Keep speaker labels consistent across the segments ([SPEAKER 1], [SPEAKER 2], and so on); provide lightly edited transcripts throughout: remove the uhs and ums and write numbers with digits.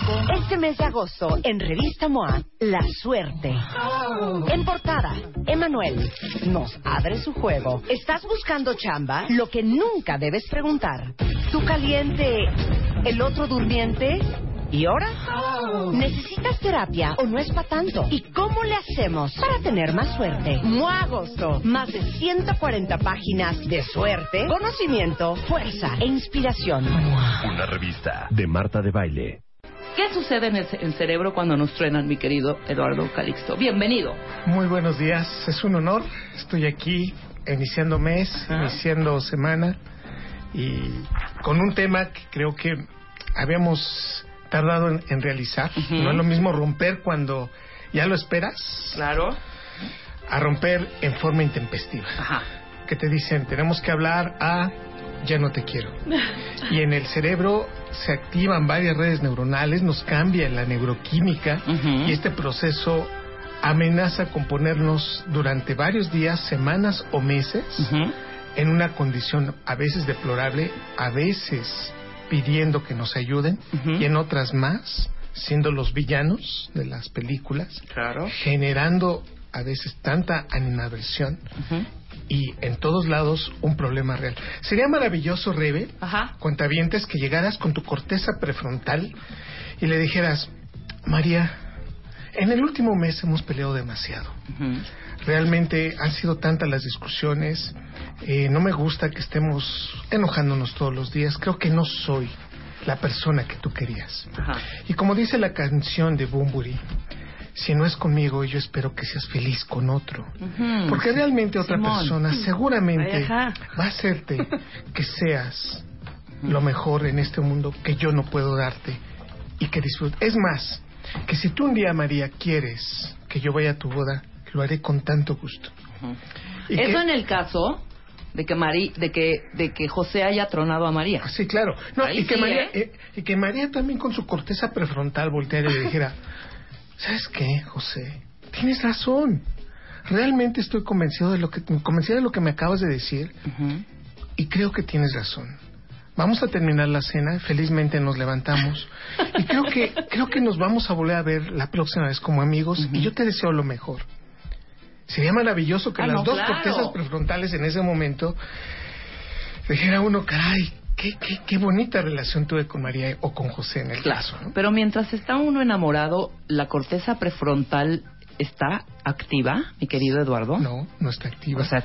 [SPEAKER 1] Este mes de agosto, en Revista MOA, La Suerte. En portada, Emanuel nos abre su juego. ¿Estás buscando chamba? Lo que nunca debes preguntar. ¿Tú caliente, el otro durmiente? ¿Y ahora? ¿Necesitas terapia o no es para tanto? ¿Y cómo le hacemos para tener más suerte? MOA Agosto. Más de 140 páginas de suerte, conocimiento, fuerza e inspiración.
[SPEAKER 2] Una revista de Marta de Baile.
[SPEAKER 3] ¿Qué sucede en el cerebro cuando nos truenan, mi querido Eduardo Calixto? Bienvenido.
[SPEAKER 4] Muy buenos días, es un honor. Estoy aquí iniciando mes, iniciando semana y con un tema que creo que habíamos tardado en realizar. No es lo mismo romper cuando ya lo esperas.
[SPEAKER 3] Claro.
[SPEAKER 4] A romper en forma intempestiva. Que te dicen, tenemos que hablar a ya no te quiero. Y en el cerebro se activan varias redes neuronales, nos cambia la neuroquímica y este proceso amenaza con ponernos durante varios días, semanas o meses en una condición a veces deplorable, a veces pidiendo que nos ayuden y en otras más siendo los villanos de las películas, generando a veces tanta animadversión y en todos lados un problema real. Sería maravilloso, Rebe, cuentavientes, que llegaras con tu corteza prefrontal y le dijeras, María, en el último mes hemos peleado demasiado. Realmente han sido tantas las discusiones, no me gusta que estemos enojándonos todos los días, creo que no soy la persona que tú querías. Y como dice la canción de Bunbury, si no es conmigo, yo espero que seas feliz con otro. Porque realmente otra persona seguramente va a hacerte que seas lo mejor en este mundo que yo no puedo darte y que disfrutes. Es más, que si tú un día, María, quieres que yo vaya a tu boda, lo haré con tanto gusto.
[SPEAKER 3] Y eso en el caso de que José haya tronado a María.
[SPEAKER 4] Sí, claro. No, y que
[SPEAKER 3] sí,
[SPEAKER 4] María, y que María también con su corteza prefrontal volteara y le dijera, ¿sabes qué, José? Tienes razón. Realmente estoy convencida de lo que me acabas de decir y creo que tienes razón. Vamos a terminar la cena, felizmente nos levantamos y creo que nos vamos a volver a ver la próxima vez como amigos y yo te deseo lo mejor. Sería maravilloso que las dos cortezas prefrontales en ese momento dijera uno, caray, qué bonita relación tuve con María o con José en el caso, ¿no?
[SPEAKER 3] Pero mientras está uno enamorado, ¿la corteza prefrontal está activa, mi querido Eduardo?
[SPEAKER 4] No está activa.
[SPEAKER 3] O sea,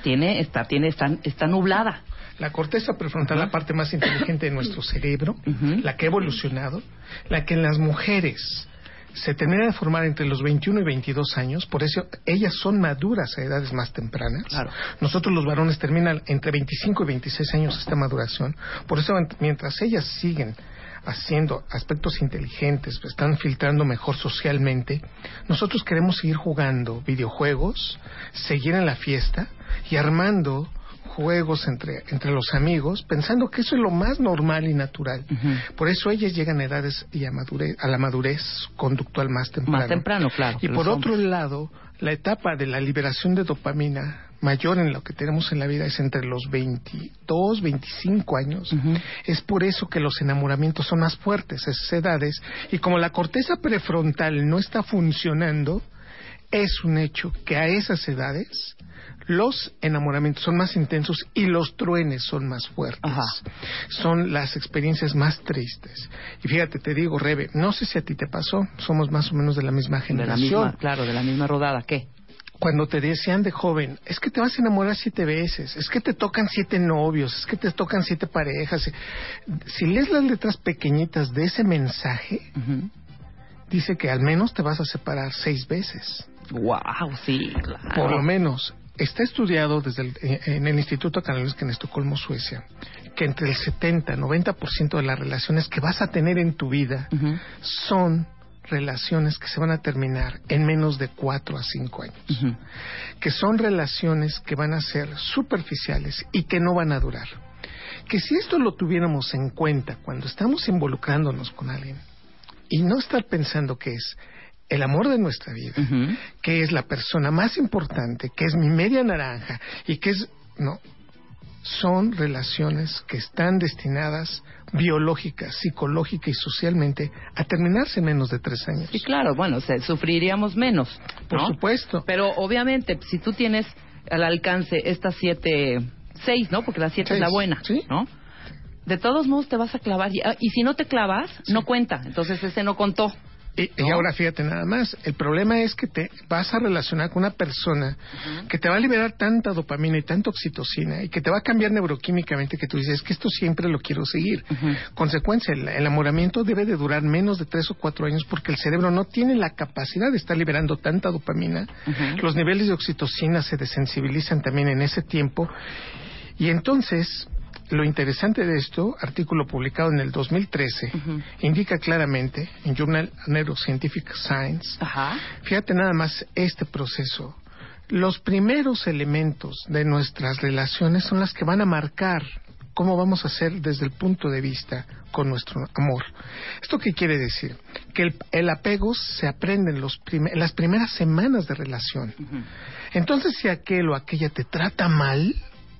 [SPEAKER 3] está nublada.
[SPEAKER 4] La corteza prefrontal, la parte más inteligente de nuestro cerebro, la que ha evolucionado, la que en las mujeres se termina de formar entre los 21 y 22 años, por eso ellas son maduras a edades más tempranas. Nosotros los varones terminan entre 25 y 26 años esta maduración, por eso mientras ellas siguen haciendo aspectos inteligentes, están filtrando mejor socialmente, nosotros queremos seguir jugando videojuegos, seguir en la fiesta y armando juegos entre los amigos, pensando que eso es lo más normal y natural. Por eso ellas llegan a edades y a la madurez conductual más temprano.
[SPEAKER 3] Más temprano, claro.
[SPEAKER 4] Y por otro lado, la etapa de la liberación de dopamina mayor en lo que tenemos en la vida es entre los 22, 25 años. Es por eso que los enamoramientos son más fuertes a esas edades. Y como la corteza prefrontal no está funcionando, es un hecho que a esas edades los enamoramientos son más intensos y los truenes son más fuertes. Son las experiencias más tristes. Y fíjate, te digo, Rebe, no sé si a ti te pasó, somos más o menos de la misma generación.
[SPEAKER 3] De la misma rodada, ¿qué?
[SPEAKER 4] Cuando te decían de joven, es que te vas a enamorar 7 veces, es que te tocan 7 novios, es que te tocan 7 parejas. Si lees las letras pequeñitas de ese mensaje, dice que al menos te vas a separar 6 veces.
[SPEAKER 3] ¡Wow! Sí, claro.
[SPEAKER 4] Por lo menos. Está estudiado en el Instituto Karolinska en Estocolmo, Suecia, que entre el 70 y 90% de las relaciones que vas a tener en tu vida son relaciones que se van a terminar en menos de 4 a 5 años. Que son relaciones que van a ser superficiales y que no van a durar. Que si esto lo tuviéramos en cuenta cuando estamos involucrándonos con alguien y no estar pensando que es el amor de nuestra vida, que es la persona más importante, que es mi media naranja y que es... No, son relaciones que están destinadas biológica, psicológica y socialmente a terminarse en menos de 3 años.
[SPEAKER 3] Sí, claro, bueno, sufriríamos menos, ¿no?
[SPEAKER 4] Por supuesto.
[SPEAKER 3] Pero obviamente, si tú tienes al alcance estas 6, ¿no? Porque la 7 es la buena,
[SPEAKER 4] ¿sí?
[SPEAKER 3] ¿no? De todos modos te vas a clavar. Y si no te clavas, no cuenta. Entonces ese no contó.
[SPEAKER 4] Y ahora fíjate nada más, el problema es que te vas a relacionar con una persona que te va a liberar tanta dopamina y tanta oxitocina y que te va a cambiar neuroquímicamente que tú dices, es que esto siempre lo quiero seguir. Consecuencia, el enamoramiento debe de durar menos de 3 o 4 años porque el cerebro no tiene la capacidad de estar liberando tanta dopamina. Los niveles de oxitocina se desensibilizan también en ese tiempo y entonces... Lo interesante de esto, artículo publicado en el 2013, indica claramente en Journal Neuroscientific Science, fíjate nada más este proceso. Los primeros elementos de nuestras relaciones son las que van a marcar cómo vamos a hacer desde el punto de vista con nuestro amor. ¿Esto qué quiere decir? Que el apego se aprende en las primeras semanas de relación. Entonces, si aquel o aquella te trata mal,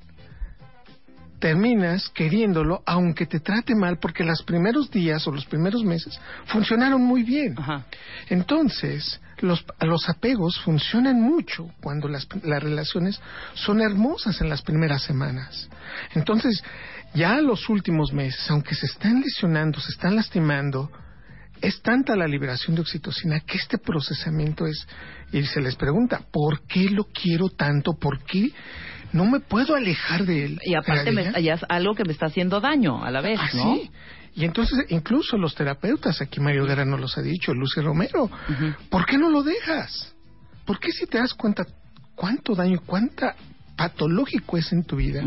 [SPEAKER 4] terminas queriéndolo aunque te trate mal porque los primeros días o los primeros meses funcionaron muy bien. Entonces los apegos funcionan mucho cuando las relaciones son hermosas en las primeras semanas. Entonces ya los últimos meses, aunque se están lesionando, se están lastimando, es tanta la liberación de oxitocina que este procesamiento es, y se les pregunta, ¿por qué lo quiero tanto? ¿Por qué no me puedo alejar de él?
[SPEAKER 3] Y aparte ya es algo que me está haciendo daño a la vez, ¿no?
[SPEAKER 4] Sí. Y entonces incluso los terapeutas, aquí Mario Guerra nos los ha dicho, Lucy Romero, ¿por qué no lo dejas? ¿Por qué si te das cuenta cuánto daño, cuánta patológico es en tu vida?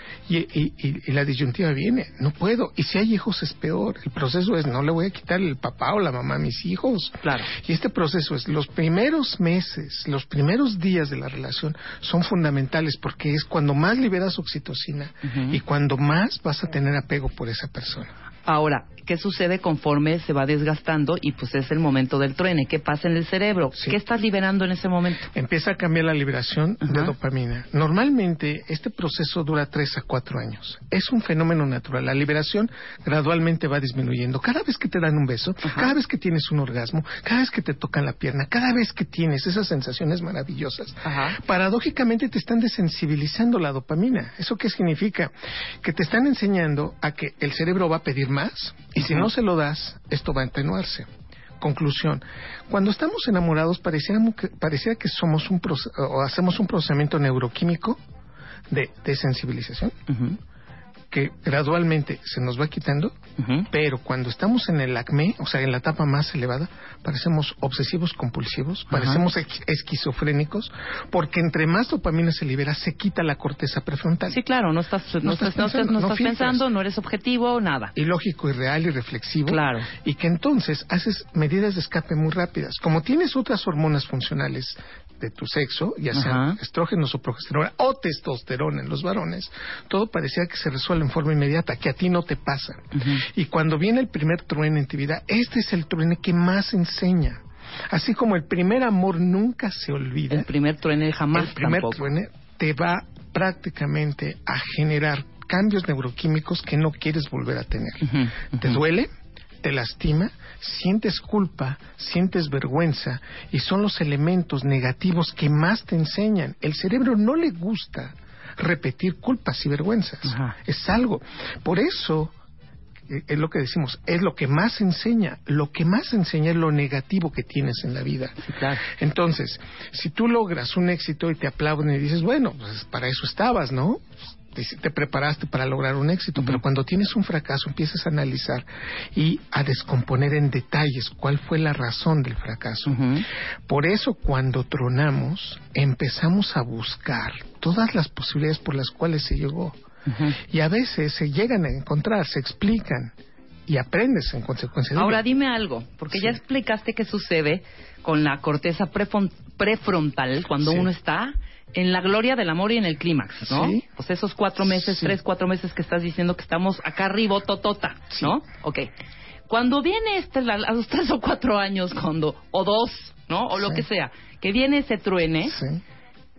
[SPEAKER 4] Y la disyuntiva viene, no puedo. Y si hay hijos es peor. El proceso es, no le voy a quitar el papá o la mamá a mis hijos.
[SPEAKER 3] Claro.
[SPEAKER 4] Y este proceso es, los primeros meses, los primeros días de la relación son fundamentales porque es cuando más liberas oxitocina y cuando más vas a tener apego por esa persona.
[SPEAKER 3] Ahora, ¿qué sucede conforme se va desgastando y pues es el momento del truene? ¿Qué pasa en el cerebro?
[SPEAKER 4] Sí.
[SPEAKER 3] ¿Qué estás liberando en ese momento?
[SPEAKER 4] Empieza a cambiar la liberación de dopamina. Normalmente este proceso dura 3 a 4 años. Es un fenómeno natural. La liberación gradualmente va disminuyendo. Cada vez que te dan un beso, cada vez que tienes un orgasmo, cada vez que te tocan la pierna, cada vez que tienes esas sensaciones maravillosas, paradójicamente te están desensibilizando la dopamina. ¿Eso qué significa? Que te están enseñando a que el cerebro va a pedir más y si no se lo das, esto va a atenuarse. Conclusión, cuando estamos enamorados pareciera que somos hacemos un procesamiento neuroquímico de desensibilización que gradualmente se nos va quitando, pero cuando estamos en el acme, o sea, en la etapa más elevada, parecemos obsesivos compulsivos, parecemos esquizofrénicos, porque entre más dopamina se libera, se quita la corteza prefrontal.
[SPEAKER 3] Sí, claro, no estás pensando, no eres objetivo, nada.
[SPEAKER 4] Ilógico, irreal y reflexivo.
[SPEAKER 3] Claro.
[SPEAKER 4] Y que entonces haces medidas de escape muy rápidas. Como tienes otras hormonas funcionales de tu sexo, ya sean estrógenos o progesterona o testosterona en los varones, todo parecía que se resuelve en forma inmediata, que a ti no te pasa. Y cuando viene el primer truene en tu vida, este es el truene que más enseña. Así como el primer amor nunca se olvida.
[SPEAKER 3] El primer truene jamás.
[SPEAKER 4] El primer
[SPEAKER 3] tampoco.
[SPEAKER 4] truene te va prácticamente a generar cambios neuroquímicos que no quieres volver a tener. ¿Te duele? ¿Te lastima? Sientes culpa, sientes vergüenza y son los elementos negativos que más te enseñan. El cerebro no le gusta repetir culpas y vergüenzas. Es algo. Por eso es lo que decimos, es lo que más enseña. Lo que más enseña es lo negativo que tienes en la vida.
[SPEAKER 3] Sí, claro.
[SPEAKER 4] Entonces, si tú logras un éxito y te aplauden y dices, bueno, pues para eso estabas, ¿no? Te preparaste para lograr un éxito, pero cuando tienes un fracaso empiezas a analizar y a descomponer en detalles cuál fue la razón del fracaso. Por eso cuando tronamos empezamos a buscar todas las posibilidades por las cuales se llegó y a veces se llegan a encontrar, se explican y aprendes en consecuencia de
[SPEAKER 3] Ahora
[SPEAKER 4] ello.
[SPEAKER 3] dime algo, porque ya explicaste qué sucede con la corteza prefrontal cuando uno está en la gloria del amor y en el clímax, ¿no?
[SPEAKER 4] Sí.
[SPEAKER 3] Pues esos 4 meses, 3, 4 meses que estás diciendo que estamos acá arriba, totota, ¿no? Ok. Cuando viene a los 3 o 4 años, o 2, ¿no? O lo que sea, que viene ese truene,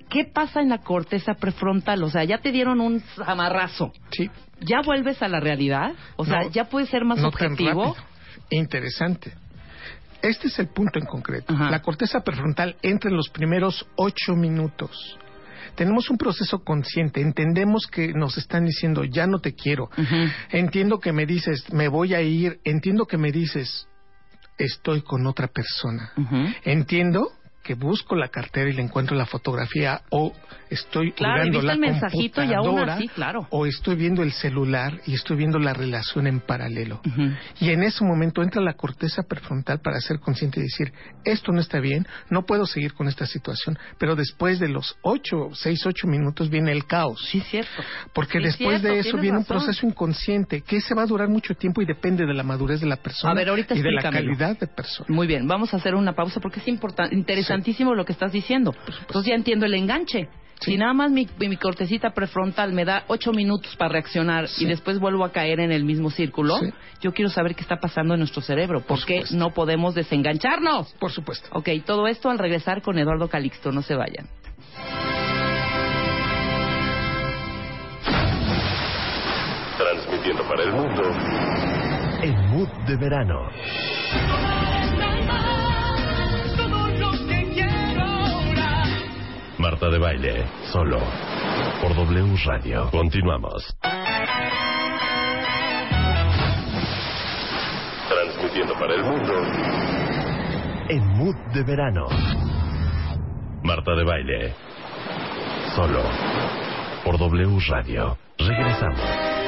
[SPEAKER 3] ¿qué pasa en la corteza prefrontal? O sea, ya te dieron un amarrazo.
[SPEAKER 4] Sí.
[SPEAKER 3] ¿Ya vuelves a la realidad? O sea,
[SPEAKER 4] No,
[SPEAKER 3] ¿ya puedes ser más
[SPEAKER 4] no
[SPEAKER 3] objetivo?
[SPEAKER 4] Tan rápido. Interesante. Este es el punto en concreto.
[SPEAKER 3] Ajá.
[SPEAKER 4] La corteza prefrontal entra en los primeros 8 minutos. Tenemos un proceso consciente. Entendemos que nos están diciendo, ya no te quiero.
[SPEAKER 3] Uh-huh.
[SPEAKER 4] Entiendo que me dices, me voy a ir. Entiendo que me dices, estoy con otra persona.
[SPEAKER 3] Uh-huh.
[SPEAKER 4] Entiendo que busco la cartera y le encuentro la fotografía, o estoy
[SPEAKER 3] jugando la
[SPEAKER 4] el
[SPEAKER 3] mensajito y aún así, claro.
[SPEAKER 4] O estoy viendo el celular y estoy viendo la relación en paralelo.
[SPEAKER 3] Uh-huh.
[SPEAKER 4] Y en ese momento entra la corteza prefrontal para ser consciente y decir, esto no está bien, no puedo seguir con esta situación. Pero después de los 8 minutos viene el caos.
[SPEAKER 3] Sí, cierto.
[SPEAKER 4] Porque
[SPEAKER 3] sí,
[SPEAKER 4] después
[SPEAKER 3] cierto,
[SPEAKER 4] de eso viene
[SPEAKER 3] razón.
[SPEAKER 4] un proceso inconsciente que se va a durar mucho tiempo y depende de la madurez de la persona.
[SPEAKER 3] A ver, ahorita
[SPEAKER 4] y de la
[SPEAKER 3] explícamelo.
[SPEAKER 4] calidad de persona.
[SPEAKER 3] Muy bien, vamos a hacer una pausa porque es interesantísimo lo que estás diciendo. Entonces ya entiendo el enganche.
[SPEAKER 4] Sí.
[SPEAKER 3] Si nada más mi cortecita prefrontal me da 8 minutos para reaccionar y después vuelvo a caer en el mismo círculo, yo quiero saber qué está pasando en nuestro cerebro. ¿Por qué no podemos desengancharnos?
[SPEAKER 4] Por supuesto.
[SPEAKER 3] Ok, todo esto al regresar con Eduardo Calixto. No se vayan.
[SPEAKER 2] Transmitiendo para el mundo en Mood de Verano. Marta de Baile, solo por W Radio. Continuamos. Transmitiendo para el mundo en Mood de Verano. Marta de Baile, solo por W Radio. Regresamos.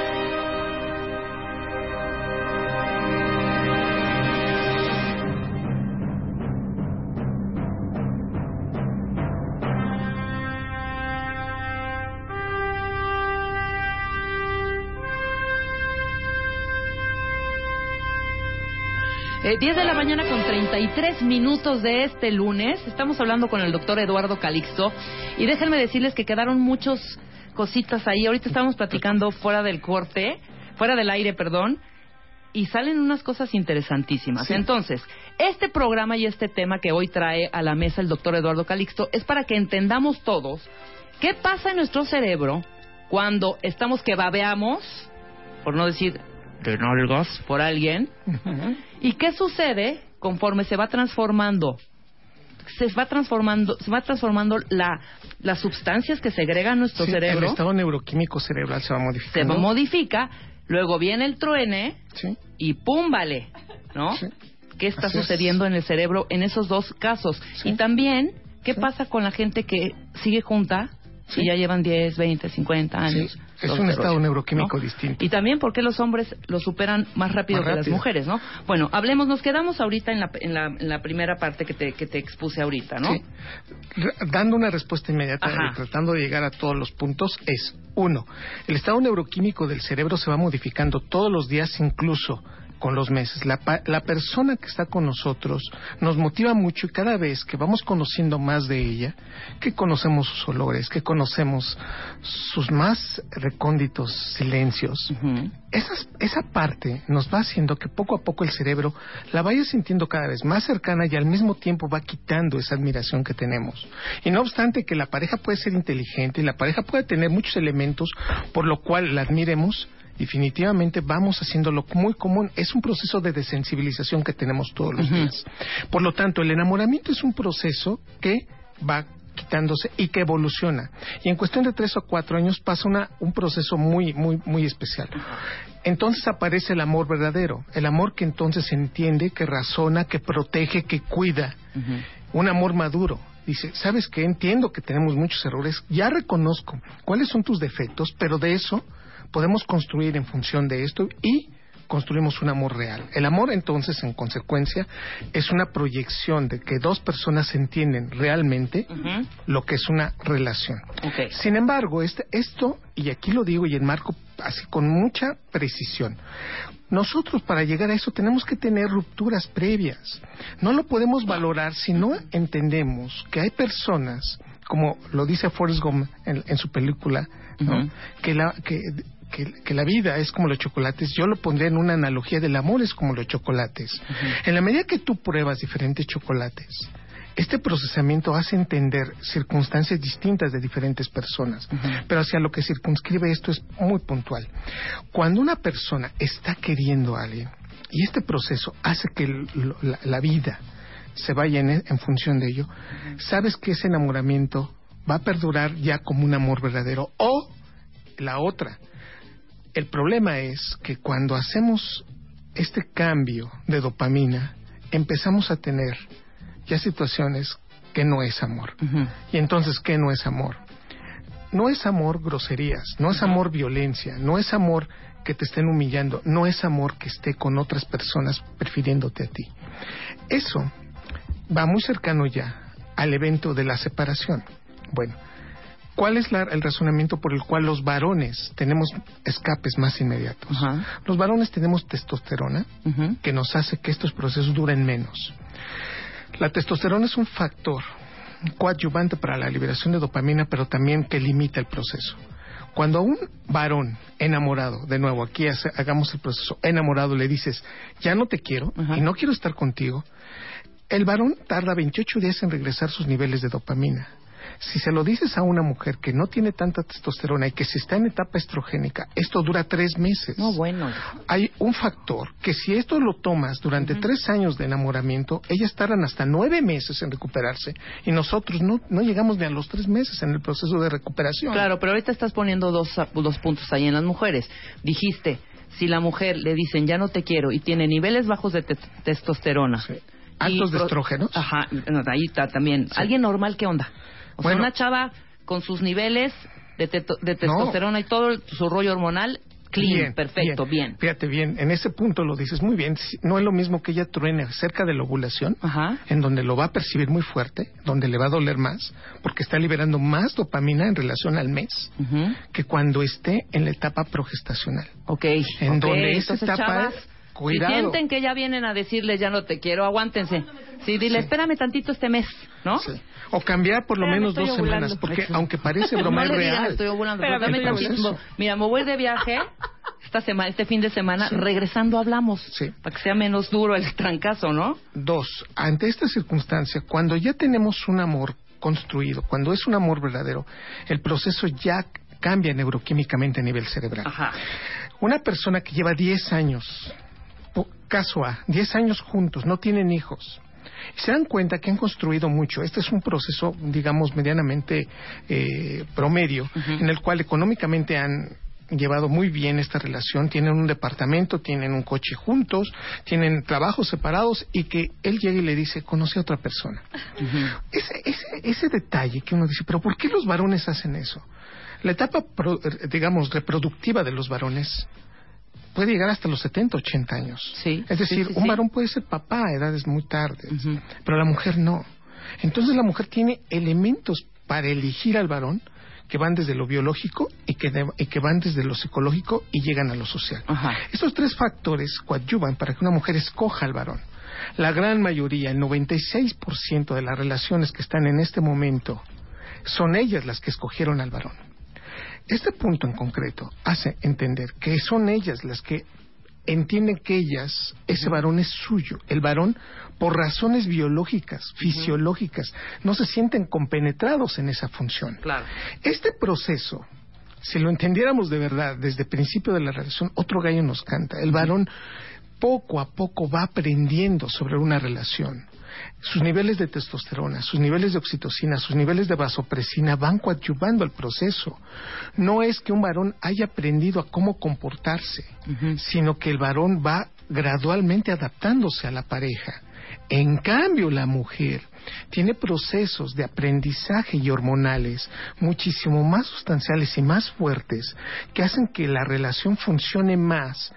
[SPEAKER 3] Diez de la mañana con 33 minutos de este lunes. Estamos hablando con el doctor Eduardo Calixto. Y déjenme decirles que quedaron muchas cositas ahí. Ahorita estábamos platicando fuera del aire, y salen unas cosas interesantísimas. Sí. Entonces, este programa y este tema que hoy trae a la mesa el doctor Eduardo Calixto es para que entendamos todos qué pasa en nuestro cerebro cuando estamos que babeamos, por no decir de nalgas, por alguien, y qué sucede conforme se va transformando las sustancias que segregan nuestro cerebro.
[SPEAKER 4] El estado neuroquímico cerebral se va modificando.
[SPEAKER 3] Se modifica, luego viene el truene y ¡pum! Vale, ¿no? Sí. ¿Qué está sucediendo en el cerebro en esos dos casos? Sí. Y también, ¿qué pasa con la gente que sigue junta y ya llevan 10, 20, 50 años?
[SPEAKER 4] Sí. Es un estado neuroquímico distinto.
[SPEAKER 3] Y también porque los hombres lo superan más rápido que las mujeres, ¿no? Bueno, hablemos, nos quedamos ahorita en la primera parte que te expuse ahorita, ¿no?
[SPEAKER 4] Sí. Dando una respuesta inmediata y tratando de llegar a todos los puntos es, 1, el estado neuroquímico del cerebro se va modificando todos los días, incluso con los meses. La persona que está con nosotros nos motiva mucho y cada vez que vamos conociendo más de ella, que conocemos sus olores, que conocemos sus más recónditos silencios, esa parte nos va haciendo que poco a poco el cerebro la vaya sintiendo cada vez más cercana y al mismo tiempo va quitando esa admiración que tenemos. Y no obstante que la pareja puede ser inteligente y la pareja puede tener muchos elementos por lo cual la admiremos, definitivamente vamos haciéndolo muy común. Es un proceso de desensibilización que tenemos todos los días. Por lo tanto, el enamoramiento es un proceso que va quitándose y que evoluciona. Y en cuestión de 3 o 4 años pasa un proceso muy, muy, muy especial. Entonces aparece el amor verdadero. El amor que entonces entiende, que razona, que protege, que cuida. Un amor maduro. Dice, ¿sabes qué? Entiendo que tenemos muchos errores. Ya reconozco cuáles son tus defectos, pero de eso podemos construir en función de esto y construimos un amor real. El amor, entonces, en consecuencia, es una proyección de que dos personas entienden realmente lo que es una relación.
[SPEAKER 3] Okay.
[SPEAKER 4] Sin embargo, esto, y aquí lo digo y enmarco así con mucha precisión, nosotros para llegar a eso tenemos que tener rupturas previas. No lo podemos valorar si no entendemos que hay personas, como lo dice Forrest Gump en su película, ¿no? que la vida es como los chocolates. Yo lo pondré en una analogía del amor es como los chocolates. En la medida que tú pruebas diferentes chocolates, Este procesamiento hace entender circunstancias distintas de diferentes personas, pero hacia lo que circunscribe esto es muy puntual. Cuando una persona está queriendo a alguien, y este proceso hace que la vida se vaya en función de ello, sabes que ese enamoramiento va a perdurar ya como un amor verdadero. O la otra, el problema es que cuando hacemos este cambio de dopamina, empezamos a tener ya situaciones que no es amor. Y entonces, ¿qué no es amor? No es amor groserías, no es amor violencia, no es amor que te estén humillando, no es amor que esté con otras personas prefiriéndote a ti. Eso va muy cercano ya al evento de la separación. Bueno, ¿cuál es el razonamiento por el cual los varones tenemos escapes más inmediatos? Los varones tenemos testosterona que nos hace que estos procesos duren menos. La testosterona es un factor coadyuvante para la liberación de dopamina, pero también que limita el proceso. Cuando a un varón enamorado, de nuevo, aquí hagamos el proceso, enamorado, le dices, ya no te quiero y no quiero estar contigo, el varón tarda 28 días en regresar sus niveles de dopamina. Si se lo dices a una mujer que no tiene tanta testosterona y que si está en etapa estrogénica, esto dura 3 meses.
[SPEAKER 3] No, bueno.
[SPEAKER 4] Hay un factor que si esto lo tomas durante 3 años de enamoramiento, ellas tardan hasta 9 meses en recuperarse y nosotros no llegamos ni a los 3 meses en el proceso de recuperación.
[SPEAKER 3] Claro, pero ahorita estás poniendo dos puntos ahí en las mujeres. Dijiste, si la mujer le dicen ya no te quiero y tiene niveles bajos de testosterona.
[SPEAKER 4] Sí. Altos de estrógenos.
[SPEAKER 3] Ajá, ahí está también. Sí. ¿Alguien normal qué onda? O sea, una chava con sus niveles de testosterona y todo su rollo hormonal, clean, bien, perfecto, bien.
[SPEAKER 4] Fíjate bien, en ese punto lo dices muy bien. No es lo mismo que ella truene cerca de la ovulación, en donde lo va a percibir muy fuerte, donde le va a doler más, porque está liberando más dopamina en relación al mes, que cuando esté en la etapa progestacional. En donde esa etapa...
[SPEAKER 3] Chavas, cuidado. Si sienten que ya vienen a decirles ya no te quiero, aguántense. Sí, dile, espérame tantito este mes, ¿no?
[SPEAKER 4] Sí. O cambiar por lo menos 2 semanas, porque aunque parece broma, es real.
[SPEAKER 3] Estoy ovulando, pero dame tantito. Mira, me voy de viaje este fin de semana, regresando hablamos, para que sea menos duro el trancazo, ¿no?
[SPEAKER 4] 2, ante esta circunstancia, cuando ya tenemos un amor construido, cuando es un amor verdadero, el proceso ya cambia neuroquímicamente a nivel cerebral. Una persona que lleva 10 años, caso A, 10 años juntos, no tienen hijos, y se dan cuenta que han construido mucho. Este es un proceso, digamos, medianamente promedio, en el cual económicamente han llevado muy bien esta relación, tienen un departamento, tienen un coche juntos, tienen trabajos separados, y que él llega y le dice, conocí a otra persona. Ese detalle que uno dice, pero ¿por qué los varones hacen eso? La etapa, digamos, reproductiva de los varones puede llegar hasta los 70, 80 años. Es decir, un varón puede ser papá a edades muy tardes, pero la mujer no. Entonces la mujer tiene elementos para elegir al varón que van desde lo biológico y que van desde lo psicológico y llegan a lo social. Estos 3 factores coadyuvan para que una mujer escoja al varón. La gran mayoría, el 96% de las relaciones que están en este momento, son ellas las que escogieron al varón. Este punto en concreto hace entender que son ellas las que entienden que ese varón es suyo. El varón, por razones biológicas, fisiológicas, no se sienten compenetrados en esa función. Este proceso, si lo entendiéramos de verdad desde el principio de la relación, otro gallo nos canta. El varón poco a poco va aprendiendo sobre una relación. Sus niveles de testosterona, sus niveles de oxitocina, sus niveles de vasopresina van coadyuvando al proceso. No es que un varón haya aprendido a cómo comportarse, sino que el varón va gradualmente adaptándose a la pareja. En cambio, la mujer tiene procesos de aprendizaje y hormonales muchísimo más sustanciales y más fuertes que hacen que la relación funcione más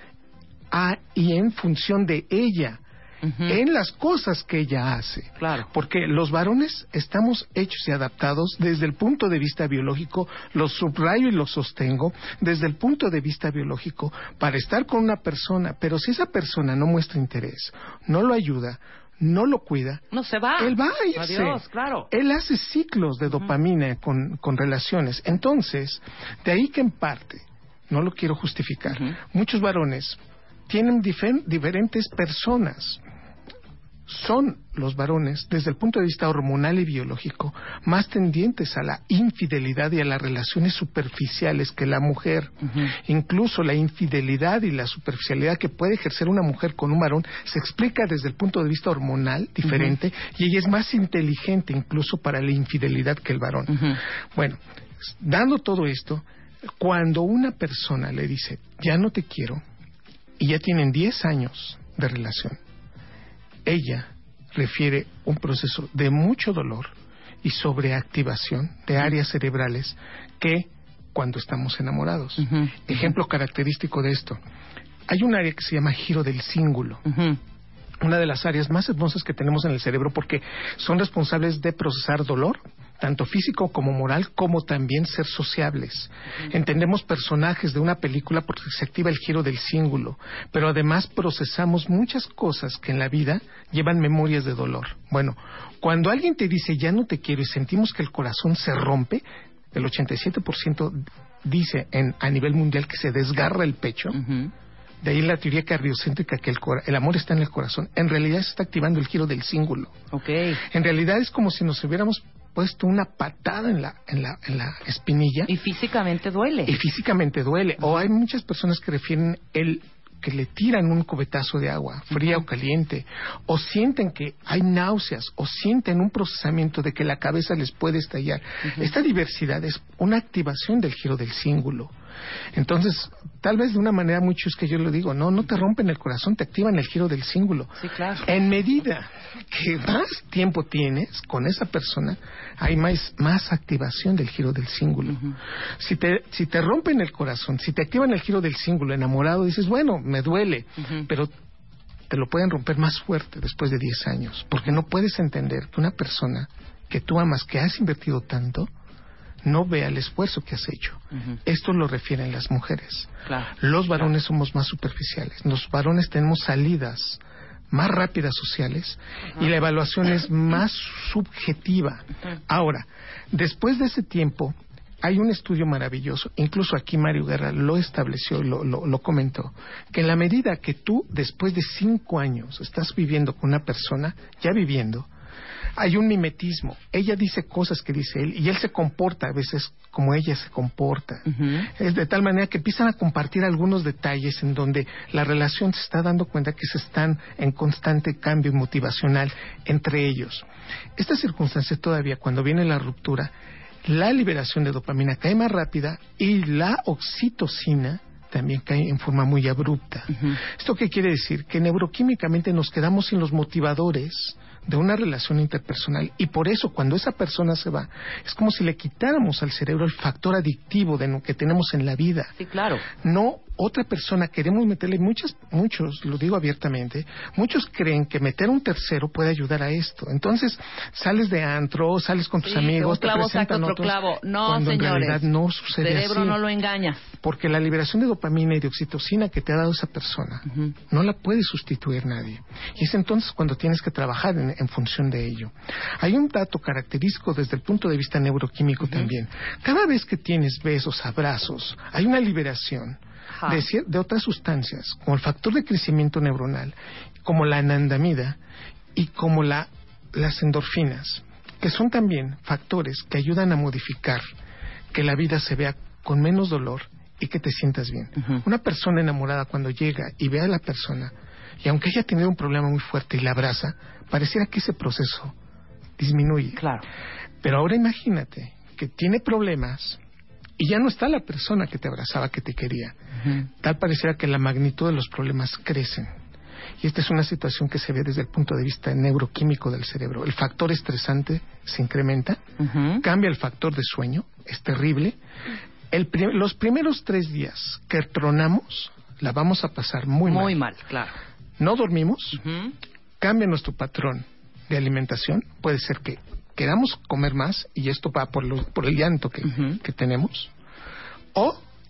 [SPEAKER 4] y en función de ella. En las cosas que ella hace. Porque los varones estamos hechos y adaptados desde el punto de vista biológico, lo subrayo y lo sostengo, desde el punto de vista biológico, para estar con una persona, pero si esa persona no muestra interés, no lo ayuda, no lo cuida,
[SPEAKER 3] no se va.
[SPEAKER 4] Él va a irse.
[SPEAKER 3] Adiós, claro.
[SPEAKER 4] Él hace ciclos de dopamina con relaciones. Entonces, de ahí que en parte, no lo quiero justificar, muchos varones tienen diferentes personas. son los varones, desde el punto de vista hormonal y biológico, más tendientes a la infidelidad y a las relaciones superficiales que la mujer. Incluso la infidelidad y la superficialidad que puede ejercer una mujer con un varón se explica desde el punto de vista hormonal diferente, y ella es más inteligente incluso para la infidelidad que el varón. Bueno, dando todo esto, cuando una persona le dice, ya no te quiero, y ya tienen 10 años de relación, ella refiere un proceso de mucho dolor y sobreactivación de áreas cerebrales que cuando estamos enamorados. Ejemplo característico de esto, hay un área que se llama giro del cíngulo. Una de las áreas más hermosas que tenemos en el cerebro, porque son responsables de procesar dolor, tanto físico como moral, como también ser sociables. Entendemos personajes de una película porque se activa el giro del cíngulo, pero además procesamos muchas cosas que en la vida llevan memorias de dolor. Bueno, cuando alguien te dice ya no te quiero y sentimos que el corazón se rompe, el 87% dice a nivel mundial que se desgarra el pecho. De ahí la teoría cardiocéntrica que el amor está en el corazón. En realidad se está activando el giro del cíngulo. En realidad es como si nos hubiéramos puesto una patada en la espinilla.
[SPEAKER 3] Y físicamente duele.
[SPEAKER 4] O hay muchas personas que refieren que le tiran un cubetazo de agua, fría o caliente, o sienten que hay náuseas, o sienten un procesamiento de que la cabeza les puede estallar. Esta diversidad es una activación del giro del cíngulo. Entonces, tal vez de una manera muy chusca yo lo digo, no te rompen el corazón, te activan el giro del cíngulo.
[SPEAKER 3] Sí, claro.
[SPEAKER 4] En medida que más tiempo tienes con esa persona, hay más activación del giro del cíngulo. Si te rompen el corazón, si te activan el giro del cíngulo enamorado, dices, bueno, me duele, pero te lo pueden romper más fuerte después de 10 años, porque no puedes entender que una persona que tú amas, que has invertido tanto, no vea el esfuerzo que has hecho. Esto lo refieren las mujeres. Los varones somos más superficiales. Los varones tenemos salidas más rápidas sociales y la evaluación es más subjetiva. Ahora, después de ese tiempo, hay un estudio maravilloso, incluso aquí Mario Guerra lo estableció, lo comentó, que en la medida que tú, después de 5 años, estás viviendo con una persona, ya viviendo, hay un mimetismo. Ella dice cosas que dice él y él se comporta a veces como ella se comporta. Es de tal manera que empiezan a compartir algunos detalles en donde la relación se está dando cuenta que se están en constante cambio motivacional entre ellos. Esta circunstancia todavía, cuando viene la ruptura, la liberación de dopamina cae más rápida y la oxitocina también cae en forma muy abrupta. ¿Esto qué quiere decir? Que neuroquímicamente nos quedamos sin los motivadores de una relación interpersonal y por eso cuando esa persona se va es como si le quitáramos al cerebro el factor adictivo que tenemos en la vida.
[SPEAKER 3] Sí, claro.
[SPEAKER 4] No otra persona, queremos meterle muchos, lo digo abiertamente, muchos creen que meter un tercero puede ayudar a esto. Entonces sales de antro, sales con tus amigos,
[SPEAKER 3] un clavo saca otro clavo. No,
[SPEAKER 4] cuando
[SPEAKER 3] señores,
[SPEAKER 4] en realidad no sucede así.
[SPEAKER 3] El cerebro no lo engañas.
[SPEAKER 4] Porque la liberación de dopamina y de oxitocina que te ha dado esa persona no la puede sustituir nadie. Y es entonces cuando tienes que trabajar en función de ello. Hay un dato característico desde el punto de vista neuroquímico también. Cada vez que tienes besos, abrazos, hay una liberación de otras sustancias, como el factor de crecimiento neuronal, como la anandamida y como las endorfinas, que son también factores que ayudan a modificar que la vida se vea con menos dolor y que te sientas bien. Una persona enamorada cuando llega y ve a la persona, y aunque haya tenido un problema muy fuerte y la abraza, pareciera que ese proceso disminuye.
[SPEAKER 3] Claro.
[SPEAKER 4] Pero ahora imagínate que tiene problemas y ya no está la persona que te abrazaba, que te quería. Tal pareciera que la magnitud de los problemas crecen. Y esta es una situación que se ve desde el punto de vista neuroquímico del cerebro. El factor estresante se incrementa, cambia el factor de sueño, es terrible. Los primeros 3 días que tronamos, la vamos a pasar muy mal.
[SPEAKER 3] Muy mal, claro.
[SPEAKER 4] No dormimos, cambia nuestro patrón de alimentación. Puede ser que queramos comer más y esto va por el llanto que tenemos. O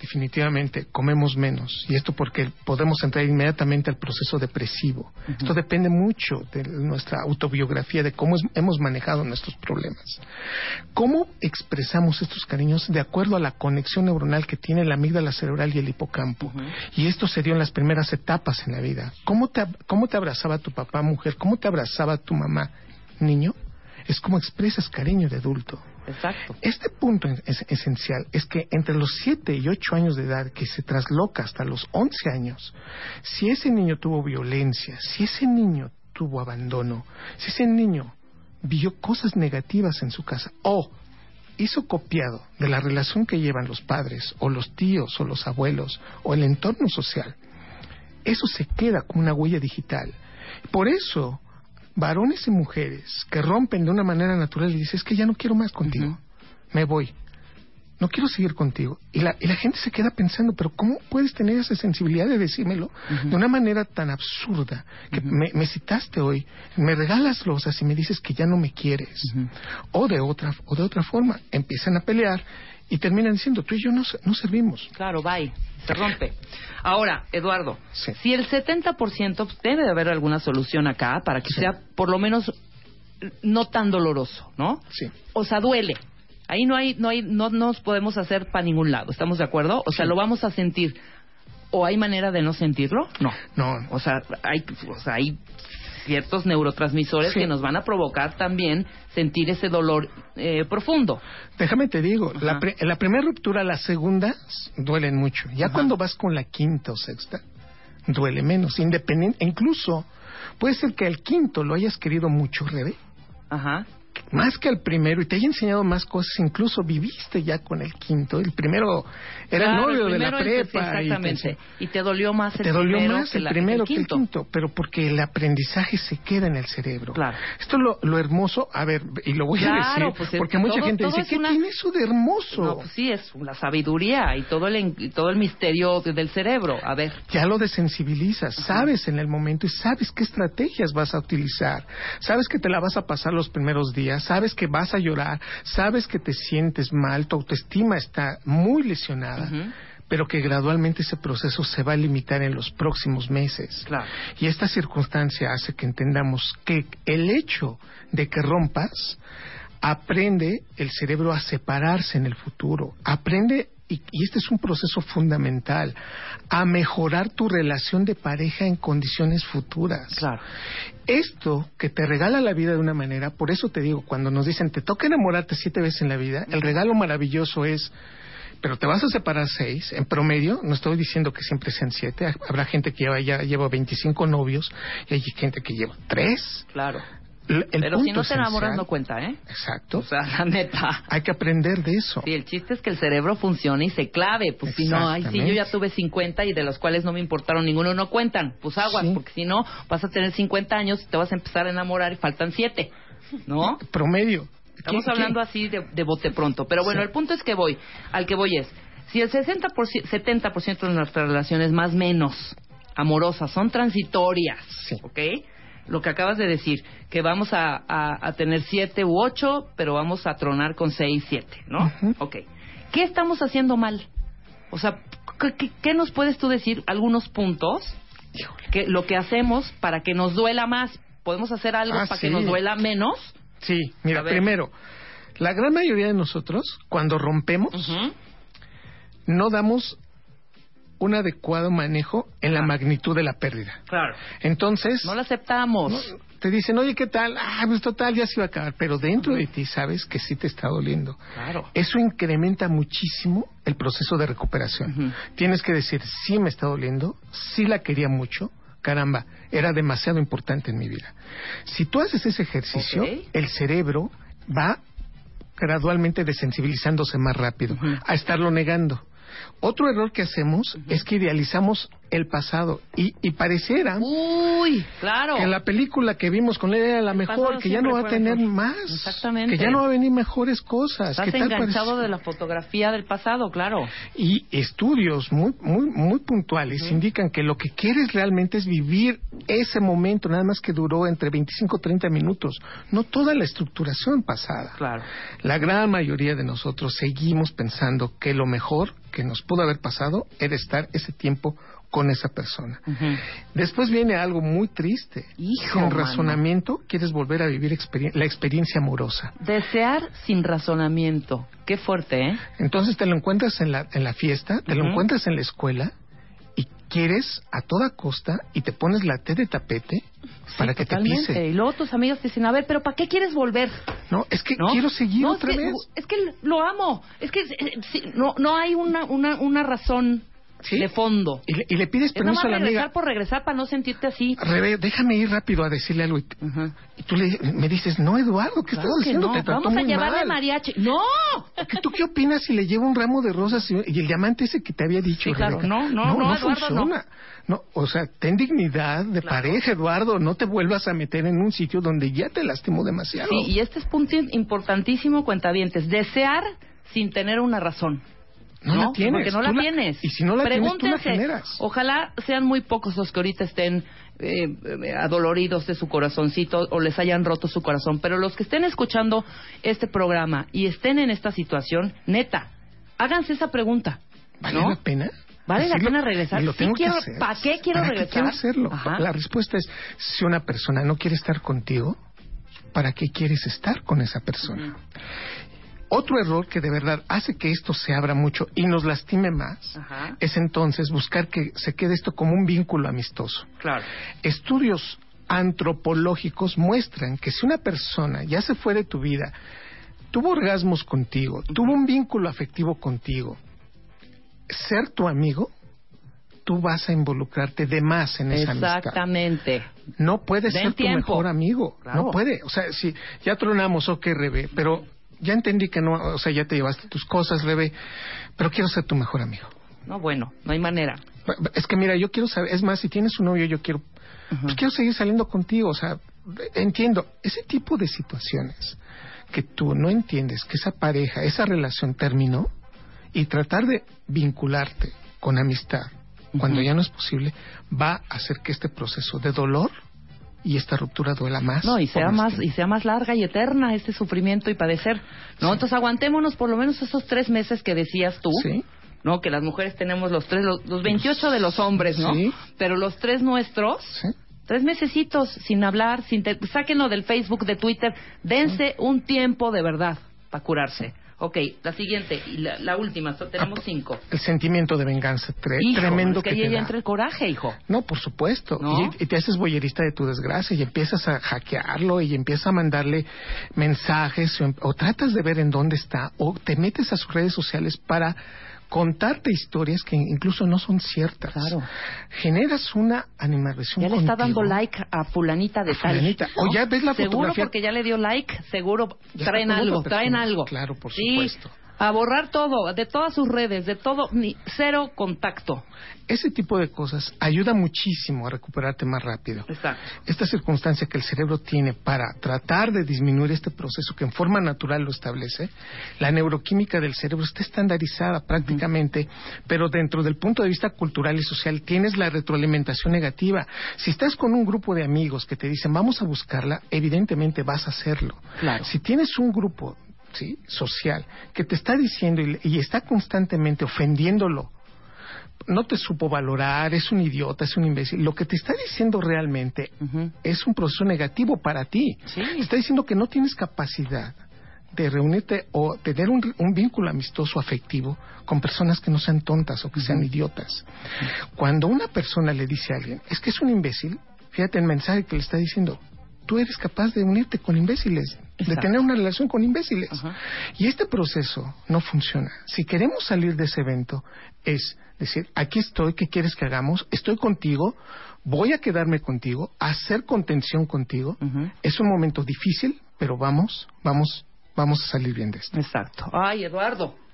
[SPEAKER 4] definitivamente comemos menos. Y esto porque podemos entrar inmediatamente al proceso depresivo. Esto depende mucho de nuestra autobiografía, de cómo hemos manejado nuestros problemas. ¿Cómo expresamos estos cariños? De acuerdo a la conexión neuronal que tiene la amígdala cerebral y el hipocampo. Y esto se dio en las primeras etapas en la vida. ¿Cómo te abrazaba tu papá, mujer? ¿Cómo te abrazaba tu mamá, niño? Es como expresas cariño de adulto.
[SPEAKER 3] Exacto.
[SPEAKER 4] Este punto es esencial, es que entre los 7 y 8 años de edad, que se trasloca hasta los 11 años, si ese niño tuvo violencia, si ese niño tuvo abandono, si ese niño vio cosas negativas en su casa, o hizo copiado de la relación que llevan los padres, o los tíos, o los abuelos, o el entorno social, eso se queda como una huella digital. Por eso, varones y mujeres que rompen de una manera natural y dicen, es que ya no quiero más contigo, me voy, no quiero seguir contigo, y la gente se queda pensando, pero ¿cómo puedes tener esa sensibilidad de decírmelo de una manera tan absurda? Que me citaste hoy, me regalas rosas y me dices que ya no me quieres, o de otra forma empiezan a pelear y terminan diciendo, tú y yo no servimos.
[SPEAKER 3] Claro, bye, se rompe. Ahora, Eduardo,
[SPEAKER 4] sí,
[SPEAKER 3] si el 70% debe de haber alguna solución acá para que
[SPEAKER 4] sí,
[SPEAKER 3] sea por lo menos no tan doloroso, ¿no?
[SPEAKER 4] Sí.
[SPEAKER 3] O sea, duele. Ahí no nos podemos hacer para ningún lado, ¿estamos de acuerdo? O sea, lo vamos a sentir. ¿O hay manera de no sentirlo? No. O sea, hay ciertos neurotransmisores que nos van a provocar también sentir ese dolor profundo.
[SPEAKER 4] Déjame te digo, la primera ruptura, las segundas duelen mucho. Ya cuando vas con la quinta o sexta, duele menos. Independiente, incluso puede ser que al quinto lo hayas querido mucho, Rebe. Más que al primero, y te haya enseñado más cosas, incluso viviste ya con el quinto. El primero era el novio de la prepa.
[SPEAKER 3] Exactamente. Y te dolió más el
[SPEAKER 4] primero que el quinto, pero porque el aprendizaje se queda en el cerebro.
[SPEAKER 3] Claro.
[SPEAKER 4] Esto es lo hermoso, a ver, y lo voy a decir,
[SPEAKER 3] pues
[SPEAKER 4] porque mucha gente dice, ¿qué tiene eso de hermoso?
[SPEAKER 3] No, pues sí, es la sabiduría y todo el misterio del cerebro. A ver.
[SPEAKER 4] Ya lo desensibilizas, sabes en el momento y sabes qué estrategias vas a utilizar. Sabes que te la vas a pasar los primeros días, sabes que vas a llorar, sabes que te sientes mal, tu autoestima está muy lesionada, pero que gradualmente ese proceso se va a limitar en los próximos meses.
[SPEAKER 3] Claro.
[SPEAKER 4] Y esta circunstancia hace que entendamos que el hecho de que rompas, aprende el cerebro a separarse en el futuro, aprende, y este es un proceso fundamental, a mejorar tu relación de pareja en condiciones futuras.
[SPEAKER 3] Claro.
[SPEAKER 4] Esto que te regala la vida de una manera, por eso te digo, cuando nos dicen, te toca enamorarte 7 veces en la vida, el regalo maravilloso es, pero te vas a separar 6, en promedio, no estoy diciendo que siempre sean 7, habrá gente que lleva 25 novios, y hay gente que lleva 3.
[SPEAKER 3] Claro. Pero si no te enamoras no cuenta, ¿eh?
[SPEAKER 4] Exacto.
[SPEAKER 3] O sea, la neta.
[SPEAKER 4] Hay que aprender de eso.
[SPEAKER 3] Sí, el chiste es que el cerebro funcione y se clave. Pues si no, ay, sí, yo ya tuve 50 y de los cuales no me importaron ninguno, no cuentan. Pues aguas, porque si no, vas a tener 50 años y te vas a empezar a enamorar y faltan 7, ¿no?
[SPEAKER 4] Promedio.
[SPEAKER 3] Estamos hablando así de bote pronto. Pero bueno, el punto es que al que voy es, si el 70% de nuestras relaciones más menos amorosas son transitorias, ¿ok? Lo que acabas de decir, que vamos a tener 7 u 8, pero vamos a tronar con 6, 7, ¿no? Ok. ¿Qué estamos haciendo mal? O sea, ¿qué nos puedes tú decir? Algunos puntos, que lo que hacemos para que nos duela más. ¿Podemos hacer algo para que nos duela menos?
[SPEAKER 4] Sí, mira, primero, la gran mayoría de nosotros, cuando rompemos, no damos un adecuado manejo en la magnitud de la pérdida.
[SPEAKER 3] Claro.
[SPEAKER 4] Entonces,
[SPEAKER 3] no la aceptamos.
[SPEAKER 4] Te dicen, oye, ¿qué tal? Pues total, ya se iba a acabar. Pero dentro de ti sabes que sí te está doliendo.
[SPEAKER 3] Claro.
[SPEAKER 4] Eso incrementa muchísimo el proceso de recuperación. Tienes que decir, sí me está doliendo, sí la quería mucho, caramba, era demasiado importante en mi vida. Si tú haces ese ejercicio, el cerebro va gradualmente desensibilizándose más rápido, a estarlo negando. Otro error que hacemos es que idealizamos el pasado. Y pareciera
[SPEAKER 3] claro,
[SPEAKER 4] que la película que vimos con él era la mejor, que ya no va a tener más.
[SPEAKER 3] Exactamente.
[SPEAKER 4] Que ya no va a venir mejores cosas.
[SPEAKER 3] Estás enganchado de la fotografía del pasado, claro.
[SPEAKER 4] Y estudios muy puntuales indican que lo que quieres realmente es vivir ese momento, nada más que duró entre 25 y 30 minutos, no toda la estructuración pasada.
[SPEAKER 3] Claro.
[SPEAKER 4] La gran mayoría de nosotros seguimos pensando que lo mejor que nos pudo haber pasado era estar ese tiempo con esa persona. Después viene algo muy triste. Sin razonamiento, quieres volver a vivir la experiencia amorosa.
[SPEAKER 3] Desear sin razonamiento. Qué fuerte, ¿eh?
[SPEAKER 4] Entonces te lo encuentras en la fiesta, te lo encuentras en la escuela, y quieres a toda costa, y te pones la té de tapete para que
[SPEAKER 3] totalmente.
[SPEAKER 4] te pise.
[SPEAKER 3] Y luego tus amigas te dicen, a ver, ¿pero para qué quieres volver?
[SPEAKER 4] No, es que quiero seguir otra vez.
[SPEAKER 3] Es que lo amo. Es que no hay una razón de fondo.
[SPEAKER 4] Y le pides permiso a la amiga.
[SPEAKER 3] Regresar por regresar para no sentirte así.
[SPEAKER 4] Rebe, déjame ir rápido a decirle algo. Y tú me dices, no, Eduardo, ¿qué estás haciendo?
[SPEAKER 3] No.
[SPEAKER 4] Te trató
[SPEAKER 3] Vamos a
[SPEAKER 4] muy
[SPEAKER 3] llevarle
[SPEAKER 4] mal.
[SPEAKER 3] mariachi. ¡No!
[SPEAKER 4] ¿Tú qué opinas si le llevo un ramo de rosas y el diamante ese que te había dicho?
[SPEAKER 3] Sí, claro.
[SPEAKER 4] Rebeca?
[SPEAKER 3] No, Eduardo,
[SPEAKER 4] funciona. No, o sea, ten dignidad de pareja, Eduardo. No te vuelvas a meter en un sitio donde ya te lastimó demasiado.
[SPEAKER 3] Sí, y este es punto importantísimo, cuentavientes. Desear sin tener una razón.
[SPEAKER 4] No la tienes.
[SPEAKER 3] Porque no la tienes.
[SPEAKER 4] Y si no la tienes, tú la generas.
[SPEAKER 3] Ojalá sean muy pocos los que ahorita estén adoloridos de su corazoncito o les hayan roto su corazón. Pero los que estén escuchando este programa y estén en esta situación, neta, háganse esa pregunta.
[SPEAKER 4] ¿Vale la pena?
[SPEAKER 3] ¿Vale la pena regresar?
[SPEAKER 4] Lo tengo que hacer.
[SPEAKER 3] ¿Para qué quiero regresar?
[SPEAKER 4] ¿Para qué quiero hacerlo?
[SPEAKER 3] Ajá.
[SPEAKER 4] La respuesta es, si una persona no quiere estar contigo, ¿para qué quieres estar con esa persona? Otro error que de verdad hace que esto se abra mucho y nos lastime más es entonces buscar que se quede esto como un vínculo amistoso.
[SPEAKER 3] Claro.
[SPEAKER 4] Estudios antropológicos muestran que si una persona ya se fue de tu vida, tuvo orgasmos contigo, tuvo un vínculo afectivo contigo, ser tu amigo, tú vas a involucrarte de más en esa amistad.
[SPEAKER 3] Exactamente.
[SPEAKER 4] No puede ser tu mejor amigo.
[SPEAKER 3] Claro.
[SPEAKER 4] No puede. O sea, si ya tronamos, Rebe, pero ya entendí que no, o sea, ya te llevaste tus cosas, Rebe, pero quiero ser tu mejor amigo.
[SPEAKER 3] No, bueno, no hay manera.
[SPEAKER 4] Es que mira, yo quiero saber, es más, si tienes un novio, yo quiero, pues quiero seguir saliendo contigo, o sea, entiendo, ese tipo de situaciones que tú no entiendes que esa pareja, esa relación terminó, y tratar de vincularte con amistad cuando ya no es posible, va a hacer que este proceso de dolor y esta ruptura duela más.
[SPEAKER 3] No, y sea más larga y eterna este sufrimiento y padecer. ¿No? Sí. Entonces aguantémonos por lo menos esos 3 meses que decías tú.
[SPEAKER 4] Sí.
[SPEAKER 3] ¿No? Que las mujeres tenemos los 28 de los hombres, ¿no?
[SPEAKER 4] Sí.
[SPEAKER 3] Pero los 3 nuestros.
[SPEAKER 4] Sí.
[SPEAKER 3] 3 mesecitos sin hablar, sáquenlo del Facebook, de Twitter, dense un tiempo de verdad para curarse. Ok, la siguiente y la última, tenemos 5.
[SPEAKER 4] El sentimiento de venganza tremendo
[SPEAKER 3] es que ahí entra el coraje, hijo.
[SPEAKER 4] No, por supuesto.
[SPEAKER 3] ¿No?
[SPEAKER 4] Y te haces boyerista de tu desgracia y empiezas a hackearlo y empiezas a mandarle mensajes o tratas de ver en dónde está o te metes a sus redes sociales para contarte historias que incluso no son ciertas.
[SPEAKER 3] Claro.
[SPEAKER 4] Generas una animadversión.
[SPEAKER 3] Ya le está dando like a fulanita de tal.
[SPEAKER 4] ¿No? O ya ves la
[SPEAKER 3] seguro
[SPEAKER 4] fotografía.
[SPEAKER 3] Porque ya le dio like, seguro
[SPEAKER 4] ya
[SPEAKER 3] traen algo.
[SPEAKER 4] Claro, por supuesto.
[SPEAKER 3] A borrar todo, de todas sus redes, de todo, cero contacto.
[SPEAKER 4] Ese tipo de cosas ayuda muchísimo a recuperarte más rápido.
[SPEAKER 3] Exacto.
[SPEAKER 4] Esta circunstancia que el cerebro tiene para tratar de disminuir este proceso que en forma natural lo establece, la neuroquímica del cerebro está estandarizada prácticamente, pero dentro del punto de vista cultural y social tienes la retroalimentación negativa. Si estás con un grupo de amigos que te dicen vamos a buscarla, evidentemente vas a hacerlo.
[SPEAKER 3] Claro.
[SPEAKER 4] Si tienes un grupo social que te está diciendo y está constantemente ofendiéndolo, no te supo valorar, es un idiota, es un imbécil, lo que te está diciendo realmente es un proceso negativo para ti.
[SPEAKER 3] Sí.
[SPEAKER 4] Te está diciendo que no tienes capacidad de reunirte o tener un vínculo amistoso afectivo con personas que no sean tontas o que sean idiotas. Cuando una persona le dice a alguien es que es un imbécil, fíjate el mensaje que le está diciendo: tú eres capaz de unirte con imbéciles, de tener una relación con imbéciles. Y este proceso no funciona. Si queremos salir de ese evento, es decir, aquí estoy, ¿qué quieres que hagamos? Estoy contigo, voy a quedarme contigo, a hacer contención contigo. Es un momento difícil, pero vamos a salir bien de esto.
[SPEAKER 3] Exacto. Ay, Eduardo,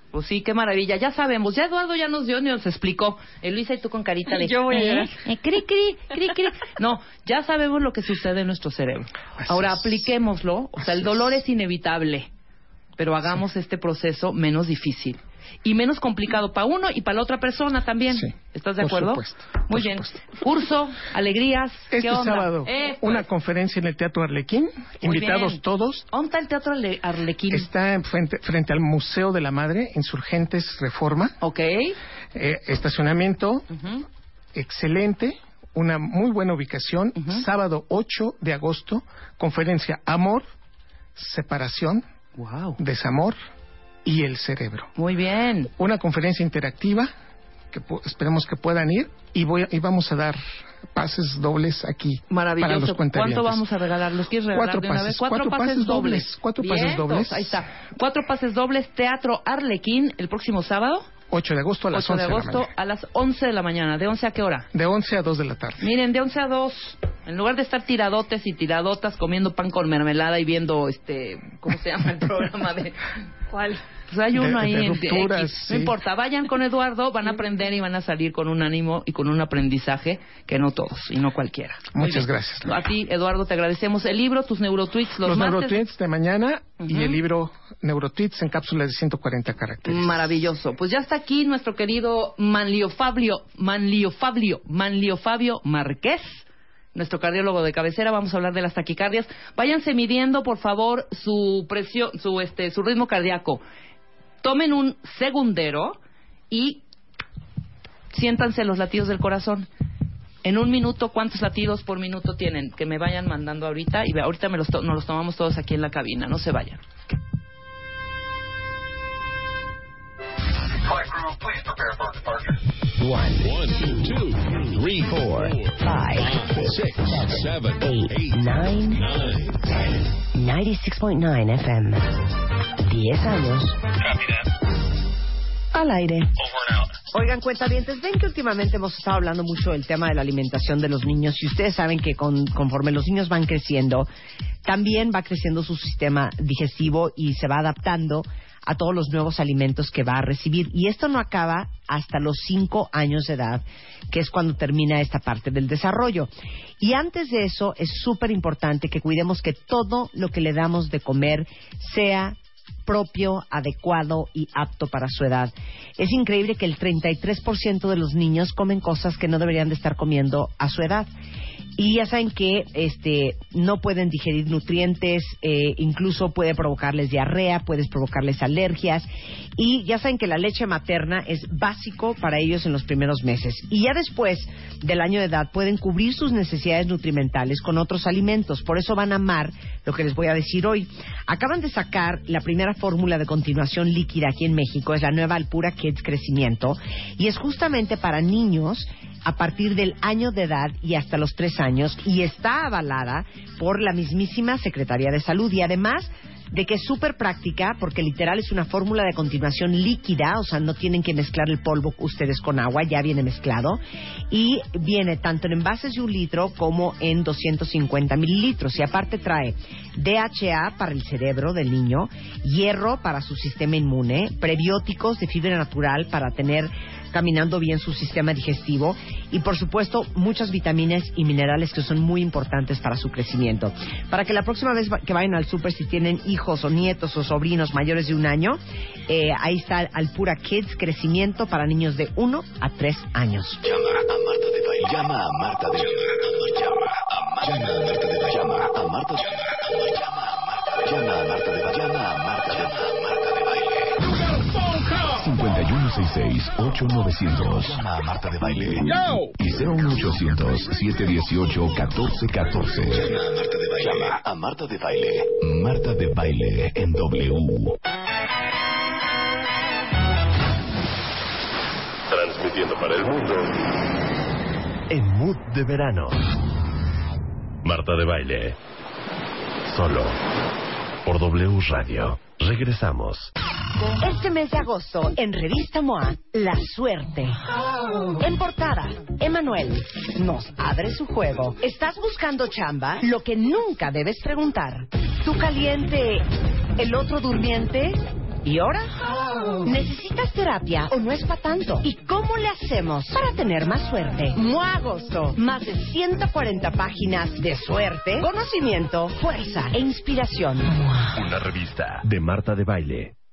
[SPEAKER 3] Pues sí, qué maravilla. Ya sabemos, ya Eduardo ya nos dio, nos explicó. Luisa, y tú con carita de...
[SPEAKER 5] Yo voy a llorar.
[SPEAKER 3] Cri, cri, cri, cri. No, ya sabemos lo que sucede en nuestro cerebro. Ahora, apliquémoslo. O sea, el dolor es inevitable, pero hagamos este proceso menos difícil. Y menos complicado para uno y para la otra persona también. Sí, ¿estás de acuerdo?
[SPEAKER 4] Por supuesto.
[SPEAKER 3] Muy bien. Curso, alegrías.
[SPEAKER 4] Este sábado, una conferencia en el Teatro Arlequín. Invitados todos.
[SPEAKER 3] ¿Dónde está el Teatro Arlequín?
[SPEAKER 4] Está frente al Museo de la Madre, Insurgentes Reforma.
[SPEAKER 3] Ok.
[SPEAKER 4] Estacionamiento excelente. Una muy buena ubicación. Sábado 8 de agosto. Conferencia Amor, Separación, Desamor y el cerebro.
[SPEAKER 3] Muy bien.
[SPEAKER 4] Una conferencia interactiva que esperemos que puedan ir y vamos a dar pases dobles aquí.
[SPEAKER 3] Maravilloso.
[SPEAKER 4] Para los cuentavientes.
[SPEAKER 3] ¿Cuánto vamos a regalar? ¿Los quieres regalar de una vez? Cuatro pases dobles.
[SPEAKER 4] 4 pases dobles.
[SPEAKER 3] Ahí está. 4 pases dobles. Teatro Arlequín el próximo sábado.
[SPEAKER 4] 8 de agosto a las 11 de la mañana.
[SPEAKER 3] A las 11 de la mañana. ¿De 11 a qué hora?
[SPEAKER 4] De 11 a 2 de la tarde.
[SPEAKER 3] Miren, de 11 a 2. En lugar de estar tiradotes y tiradotas comiendo pan con mermelada y viendo, ¿cómo se llama el programa de...?
[SPEAKER 5] ¿Cuál?
[SPEAKER 3] Pues hay uno ahí en
[SPEAKER 4] rupturas,
[SPEAKER 3] X. No importa, vayan con Eduardo, van a aprender y van a salir con un ánimo y con un aprendizaje que no todos y no cualquiera.
[SPEAKER 4] Muchas gracias.
[SPEAKER 3] A ti, Eduardo, te agradecemos el libro, tus neurotweets, los
[SPEAKER 4] neurotweets de mañana y el libro Neurotweets en cápsulas de 140 caracteres.
[SPEAKER 3] Maravilloso. Pues ya está aquí nuestro querido Manlio Fabio Márquez, nuestro cardiólogo de cabecera. Vamos a hablar de las taquicardias. Váyanse midiendo, por favor, su presión, su ritmo cardíaco. Tomen un segundero y siéntanse los latidos del corazón. En un minuto, ¿cuántos latidos por minuto tienen? Que me vayan mandando ahorita y ahorita nos los tomamos todos aquí en la cabina. No se vayan.
[SPEAKER 6] Please prepare for departure.
[SPEAKER 2] 1, 2, 3, 4, 5, 6, 7, 8, 9, 10. 96.9 FM. 10 años. Al aire.
[SPEAKER 1] Oigan, cuentavientes, ven que últimamente hemos estado hablando mucho del tema de la alimentación de los niños y ustedes saben que conforme los niños van creciendo, también va creciendo su sistema digestivo y se va adaptando a todos los nuevos alimentos que va a recibir. Y esto no acaba hasta los 5 años de edad, que es cuando termina esta parte del desarrollo. Y antes de eso, es súper importante que cuidemos que todo lo que le damos de comer sea propio, adecuado y apto para su edad. Es increíble que el 33% de los niños comen cosas que no deberían de estar comiendo a su edad. Y ya saben que no pueden digerir nutrientes, incluso puede provocarles diarrea, puede provocarles alergias. Y ya saben que la leche materna es básico para ellos en los primeros meses. Y ya después del año de edad pueden cubrir sus necesidades nutrimentales con otros alimentos. Por eso van a amar lo que les voy a decir hoy. Acaban de sacar la primera fórmula de continuación líquida aquí en México. Es la nueva Alpura Kids Crecimiento. Y es justamente para niños a partir del año de edad y hasta los 3 años, y está avalada por la mismísima Secretaría de Salud, y además de que es súper práctica, porque literal es una fórmula de continuación líquida, o sea, no tienen que mezclar el polvo ustedes con agua, ya viene mezclado, y viene tanto en envases de 1 litro como en 250 mililitros, y aparte trae DHA para el cerebro del niño, hierro para su sistema inmune, prebióticos de fibra natural para tener caminando bien su sistema digestivo y por supuesto muchas vitaminas y minerales que son muy importantes para su crecimiento. Para que la próxima vez que vayan al súper, si tienen hijos o nietos o sobrinos mayores de 1 año, ahí está Alpura Kids Crecimiento para niños de 1 a 3 años.
[SPEAKER 2] Llama a Marta de Baile. Llama a Marta de Baile. Llama a Marta de Baile. Llama a Marta de Baile. Llama a Marta de Baile. 5166-8900. Llama a Marta de Baile. Y 01800-718-1414. Llama a Marta de Baile. Marta de Baile en W. Transmitiendo para el mundo en Mood de Verano. Marta de Baile. Solo por W Radio. Regresamos.
[SPEAKER 1] Este mes de agosto, en Revista MOA, La Suerte. En portada, Emanuel nos abre su juego. ¿Estás buscando chamba? Lo que nunca debes preguntar. ¿Tú caliente, el otro durmiente? ¿Y ahora? ¿Necesitas terapia o no es para tanto? ¿Y cómo le hacemos para tener más suerte? MOA Agosto. Más de 140 páginas de suerte, conocimiento, fuerza e inspiración.
[SPEAKER 2] Una revista de Marta de Baile.